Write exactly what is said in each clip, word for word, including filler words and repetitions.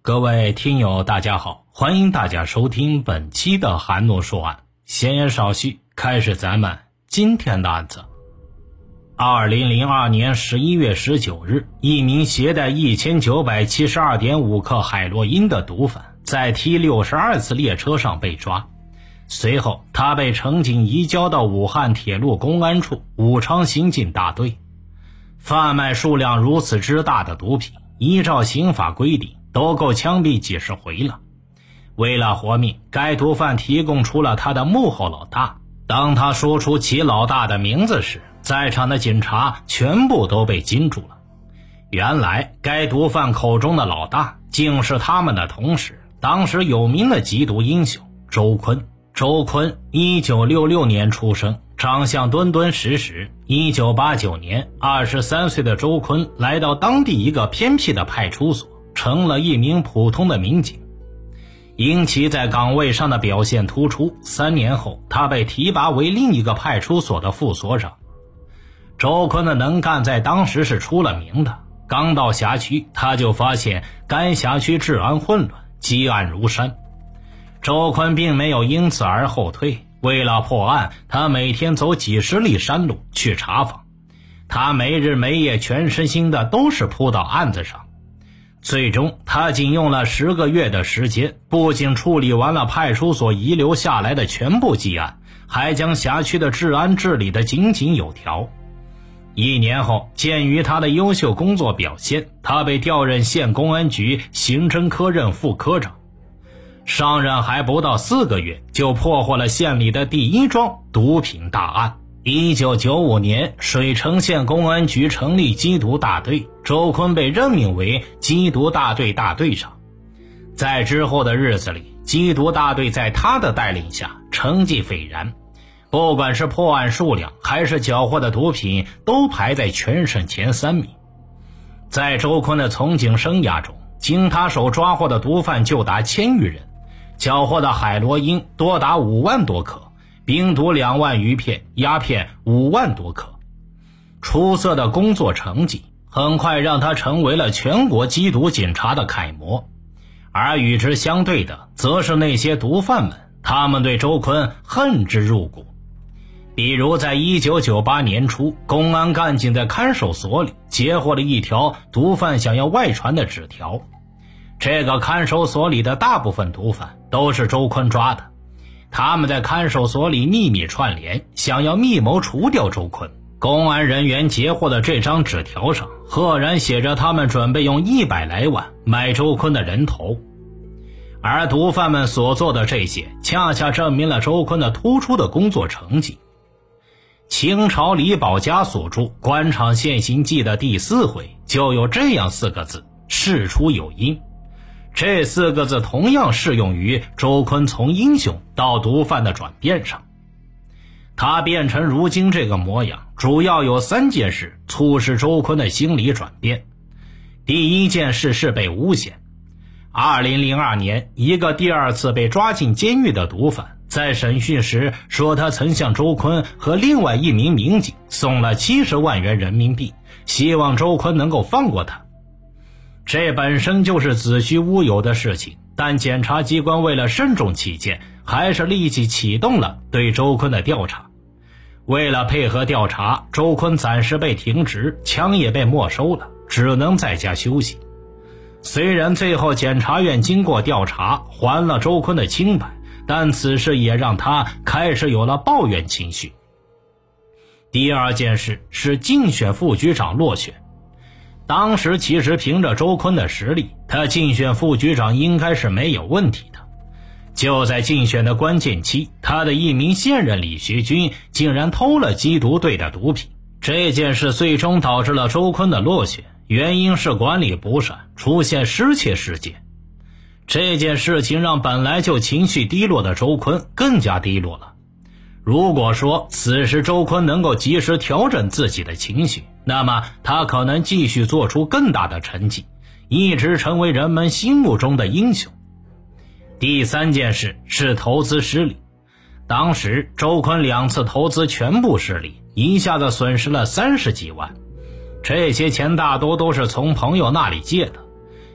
各位听友大家好，欢迎大家收听本期的韩诺说案。闲言少叙，开始咱们今天的案子。二零零二年十一月十九日，一名携带一千九百七十二点五克海洛因的毒贩在 T 六十二次列车上被抓，随后他被乘警移交到武汉铁路公安处武昌刑警大队。贩卖数量如此之大的毒品，依照刑法规定都够枪毙几十回了。为了活命，该毒贩提供出了他的幕后老大。当他说出其老大的名字时，在场的警察全部都被惊住了。原来该毒贩口中的老大竟是他们的同事，当时有名的缉毒英雄周坤。周坤一九六六年出生，长相敦敦实实。一九八九年，二十三岁的周坤来到当地一个偏僻的派出所，成了一名普通的民警。因其在岗位上的表现突出，三年后他被提拔为另一个派出所的副所长。周坤的能干在当时是出了名的，刚到辖区他就发现该辖区治安混乱，积案如山。周坤并没有因此而后退，为了破案，他每天走几十里山路去查访，他没日没夜全身心的都是扑到案子上。最终他仅用了十个月的时间，不仅处理完了派出所遗留下来的全部积案，还将辖区的治安治理得井井有条。一年后，鉴于他的优秀工作表现，他被调任县公安局刑侦科任副科长。上任还不到四个月，就破获了县里的第一桩毒品大案。一九九五年，水城县公安局成立缉毒大队，周坤被任命为缉毒大队大队长。在之后的日子里，缉毒大队在他的带领下成绩斐然，不管是破案数量还是缴获的毒品，都排在全省前三名。在周坤的从警生涯中，经他手抓获的毒贩就达千余人，缴获的海洛因多达五万多克，冰毒两万余片，鸦片五万多克。出色的工作成绩很快让他成为了全国缉毒警察的楷模。而与之相对的，则是那些毒贩们，他们对周坤恨之入骨。比如在一九九八年初，公安干警在看守所里截获了一条毒贩想要外传的纸条。这个看守所里的大部分毒贩都是周坤抓的，他们在看守所里秘密串联，想要密谋除掉周坤。公安人员截获的这张纸条上赫然写着他们准备用一百来万买周坤的人头。而毒贩们所做的这些，恰恰证明了周坤的突出的工作成绩。清朝李保家所著《官场现形记》的第四回就有这样四个字：事出有因。这四个字同样适用于周坤从英雄到毒贩的转变上。他变成如今这个模样，主要有三件事促使周坤的心理转变。第一件事是被诬陷。二零零二年，一个第二次被抓进监狱的毒贩在审讯时说，他曾向周坤和另外一名民警送了七十万元人民币，希望周坤能够放过他。这本身就是子虚乌有的事情，但检察机关为了慎重起见，还是立即启动了对周坤的调查。为了配合调查，周坤暂时被停职，枪也被没收了，只能在家休息。虽然最后检察院经过调查还了周坤的清白，但此事也让他开始有了抱怨情绪。第二件事是竞选副局长落选。当时其实凭着周坤的实力，他竞选副局长应该是没有问题的。就在竞选的关键期，他的一名现任李学军竟然偷了缉毒队的毒品。这件事最终导致了周坤的落选，原因是管理不善，出现失窃事件。这件事情让本来就情绪低落的周坤更加低落了。如果说此时周坤能够及时调整自己的情绪，那么他可能继续做出更大的成绩，一直成为人们心目中的英雄。第三件事是投资失利。当时周坤两次投资全部失利，一下子损失了三十几万。这些钱大多都是从朋友那里借的。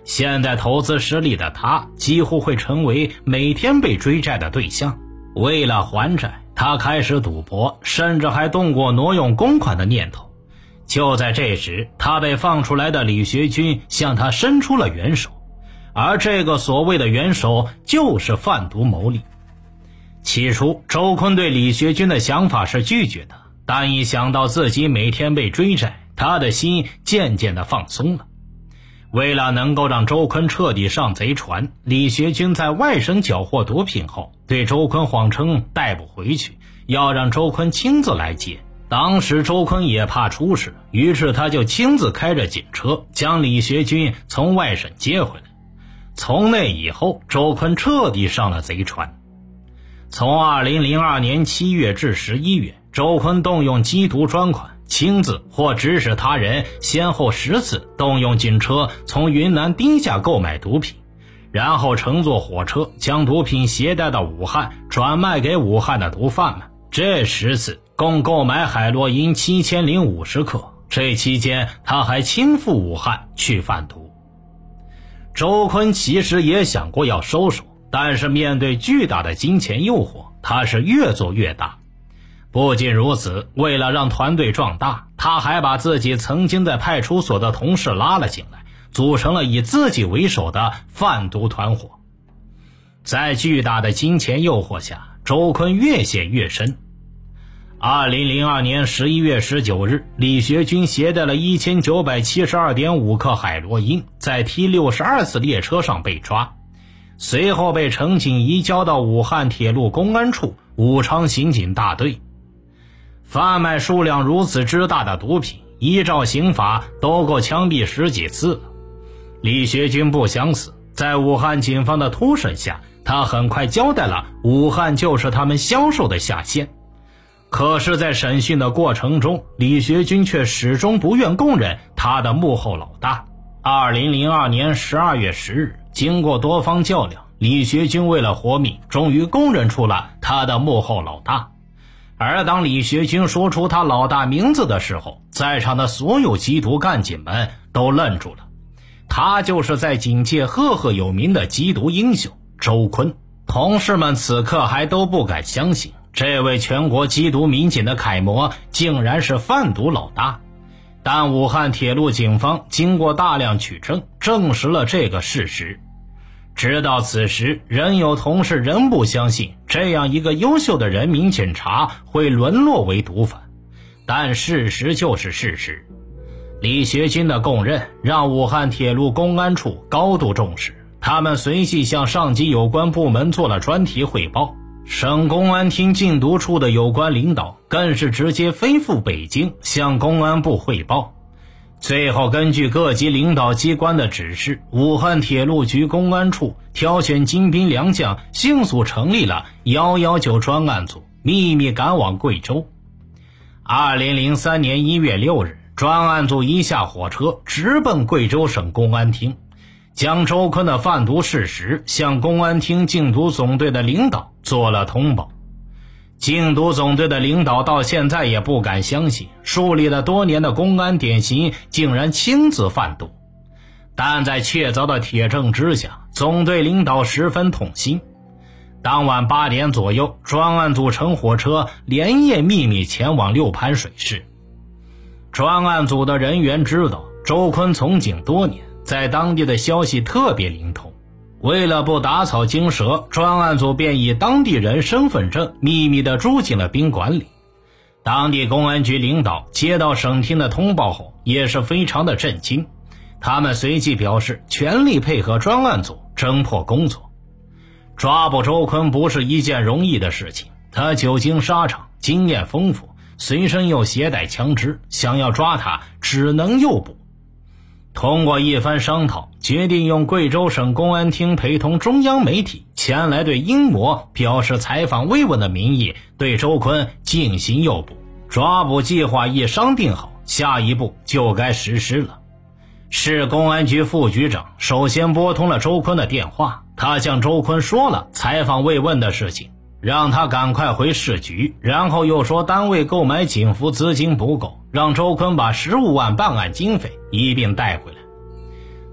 现在投资失利的他几乎会成为每天被追债的对象。为了还债，他开始赌博，甚至还动过挪用公款的念头。就在这时，他被放出来的李学军向他伸出了援手，而这个所谓的援手就是贩毒牟利。起初，周坤对李学军的想法是拒绝的，但一想到自己每天被追债，他的心渐渐地放松了。为了能够让周坤彻底上贼船，李学军在外省缴获毒品后，对周坤谎称带不回去，要让周坤亲自来接。当时周坤也怕出事，于是他就亲自开着警车将李学军从外省接回来。从那以后，周坤彻底上了贼船。从二零零二年七月至十一月，周坤动用缉毒专款，亲自或指使他人先后十次动用警车从云南低价购买毒品，然后乘坐火车将毒品携带到武汉，转卖给武汉的毒贩们。这十次共购买海洛因七千零五十克，这期间他还亲赴武汉去贩毒。周坤其实也想过要收手，但是面对巨大的金钱诱惑，他是越做越大。不仅如此，为了让团队壮大，他还把自己曾经在派出所的同事拉了进来，组成了以自己为首的贩毒团伙。在巨大的金钱诱惑下，周坤越陷越深。二零零二年十一月十九日，李学军携带了一千九百七十二点五克海洛因，在 T 六十二次列车上被抓，随后被乘警移交到武汉铁路公安处武昌刑警大队。贩卖数量如此之大的毒品，依照刑法都够枪毙十几次了。李学军不想死，在武汉警方的突审下，他很快交代了武汉就是他们销售的下线。可是在审讯的过程中，李学军却始终不愿供认他的幕后老大。二零零二年十二月十日，经过多方较量，李学军为了活命，终于供认出了他的幕后老大。而当李学军说出他老大名字的时候，在场的所有缉毒干警们都愣住了。他就是在警界赫赫有名的缉毒英雄周坤。同事们此刻还都不敢相信，这位全国缉毒民警的楷模竟然是贩毒老大。但武汉铁路警方经过大量取证，证实了这个事实。直到此时，仍有同事仍不相信这样一个优秀的人民警察会沦落为毒贩。但事实就是事实。李学军的供认让武汉铁路公安处高度重视，他们随即向上级有关部门做了专题汇报。省公安厅禁毒处的有关领导更是直接飞赴北京向公安部汇报。最后根据各级领导机关的指示，武汉铁路局公安处挑选精兵良将，迅速成立了一一九专案组，秘密赶往贵州。二零零三年一月六日，专案组一下火车直奔贵州省公安厅，将周坤的贩毒事实向公安厅禁毒总队的领导做了通报。禁毒总队的领导到现在也不敢相信，树立了多年的公安典型竟然亲自贩毒。但在确凿的铁证之下，总队领导十分痛心。当晚八点左右，专案组乘火车连夜秘密前往六盘水市。专案组的人员知道周坤从警多年，在当地的消息特别灵通。为了不打草惊蛇，专案组便以当地人身份证秘密地住进了宾馆里。当地公安局领导接到省厅的通报后也是非常的震惊，他们随即表示全力配合专案组侦破工作。抓捕周坤不是一件容易的事情，他久经沙场，经验丰富，随身又携带枪支，想要抓他只能诱捕。通过一番商讨，决定用贵州省公安厅陪同中央媒体前来对英模表示采访慰问的名义，对周坤进行诱捕。抓捕计划一商定好，下一步就该实施了。市公安局副局长首先拨通了周坤的电话，他向周坤说了采访慰问的事情，让他赶快回市局，然后又说单位购买警服资金不够，让周坤把十五万办案经费一并带回来。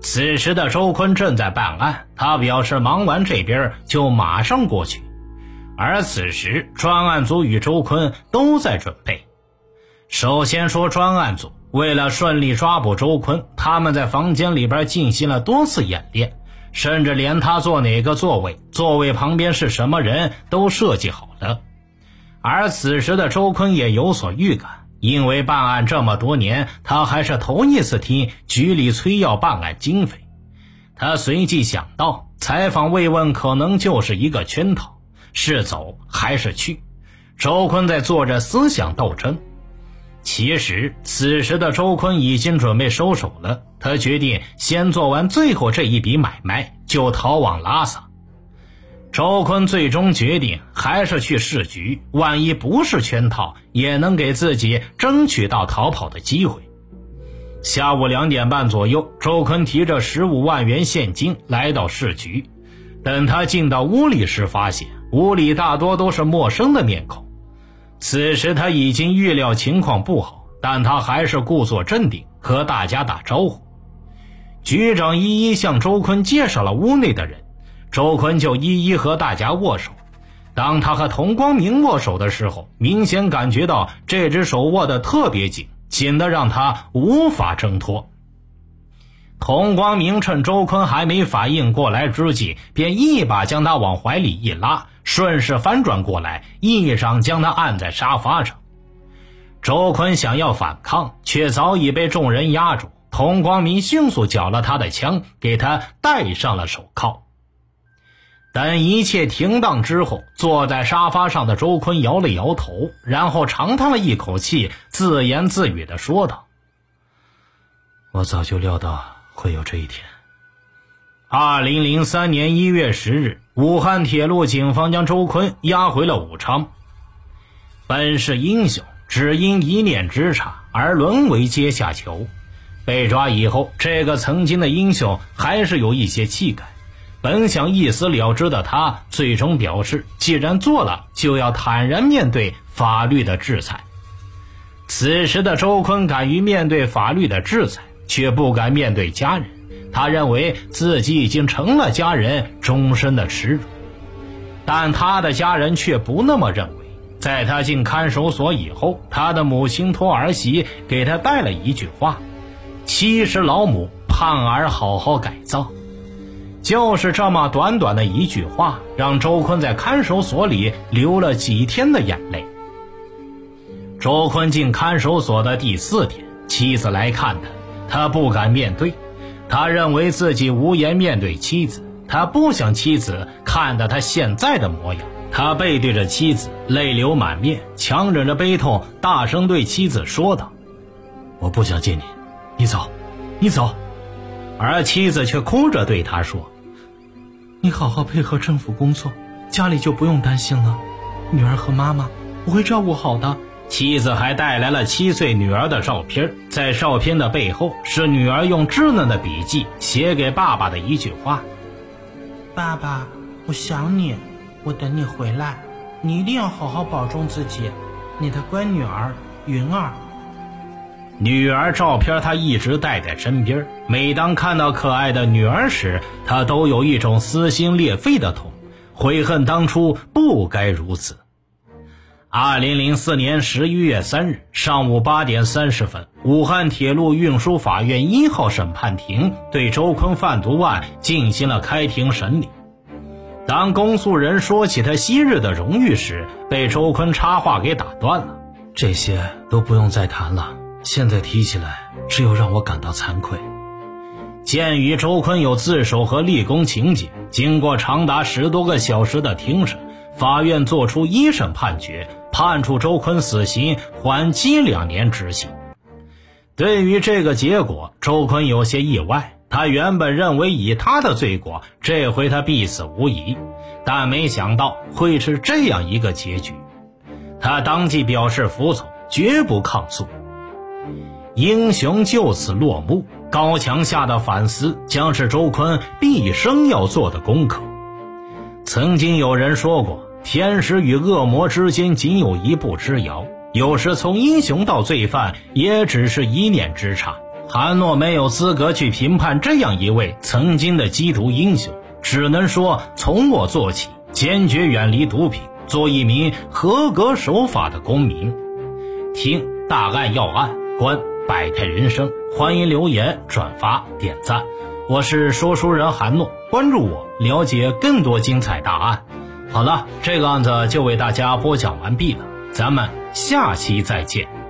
此时的周坤正在办案，他表示忙完这边就马上过去。而此时专案组与周坤都在准备。首先说专案组，为了顺利抓捕周坤，他们在房间里边进行了多次演练，甚至连他坐哪个座位，座位旁边是什么人都设计好了。而此时的周坤也有所预感，因为办案这么多年，他还是头一次听局里催要办案经费。他随即想到，采访慰问可能就是一个圈套，是走还是去？周坤在做着思想斗争。其实此时的周坤已经准备收手了，他决定先做完最后这一笔买卖，就逃往拉萨。周坤最终决定还是去市局，万一不是圈套，也能给自己争取到逃跑的机会。下午两点半左右，周坤提着十五万元现金来到市局。等他进到屋里时，发现屋里大多都是陌生的面孔。此时他已经预料情况不好，但他还是故作镇定，和大家打招呼。局长一一向周坤介绍了屋内的人，周坤就一一和大家握手。当他和童光明握手的时候，明显感觉到这只手握得特别紧，紧得让他无法挣脱。童光明趁周坤还没反应过来之际，便一把将他往怀里一拉，顺势翻转过来，一掌将他按在沙发上。周坤想要反抗，却早已被众人压住。童光明迅速缴了他的枪，给他戴上了手铐。等一切停当之后，坐在沙发上的周坤摇了摇头，然后长叹了一口气，自言自语地说道：我早就料到会有这一天。二零零三年一月十日，武汉铁路警方将周坤押回了武昌。本是英雄，只因一念之差而沦为阶下囚。被抓以后，这个曾经的英雄还是有一些气概。本想一死了之的他，最终表示既然做了，就要坦然面对法律的制裁。此时的周坤敢于面对法律的制裁，却不敢面对家人。他认为自己已经成了家人终身的耻辱，但他的家人却不那么认为。在他进看守所以后，他的母亲托儿媳给他带了一句话：七十老母，盼儿好好改造。就是这么短短的一句话，让周坤在看守所里流了几天的眼泪。周坤进看守所的第四天，妻子来看他，他不敢面对。他认为自己无颜面对妻子，他不想妻子看到他现在的模样。他背对着妻子，泪流满面，强忍着悲痛，大声对妻子说道：我不想见你，你走，你走。而妻子却哭着对他说：你好好配合政府工作，家里就不用担心了，女儿和妈妈我会照顾好的。妻子还带来了七岁女儿的照片，在照片的背后是女儿用稚嫩的笔迹写给爸爸的一句话： 爸爸，我想你，我等你回来，你一定要好好保重自己，你的乖女儿云儿。 女儿照片她一直带在身边，每当看到可爱的女儿时，她都有一种撕心裂肺的痛，悔恨当初不该如此。二零零四年十一月三日上午八点三十分，武汉铁路运输法院一号审判庭对周坤贩毒案进行了开庭审理。当公诉人说起他昔日的荣誉时，被周坤插话给打断了：这些都不用再谈了，现在提起来只有让我感到惭愧。鉴于周坤有自首和立功情节，经过长达十多个小时的庭审，法院作出一审判决，判处周坤死刑，缓期两年执行。对于这个结果，周坤有些意外。他原本认为以他的罪过，这回他必死无疑，但没想到会是这样一个结局。他当即表示服从，绝不抗诉。英雄就此落幕，高墙下的反思将是周坤毕生要做的功课。曾经有人说过，天使与恶魔之间仅有一步之遥，有时从英雄到罪犯也只是一念之差。 韩诺没有资格去评判这样一位曾经的缉毒英雄，只能说从我做起，坚决远离毒品，做一名合格守法的公民。听大案要案，观百态人生，欢迎留言、转发、点赞。我是说书人韩诺，关注我，了解更多精彩大案。好了，这个案子就为大家播讲完毕了，咱们下期再见。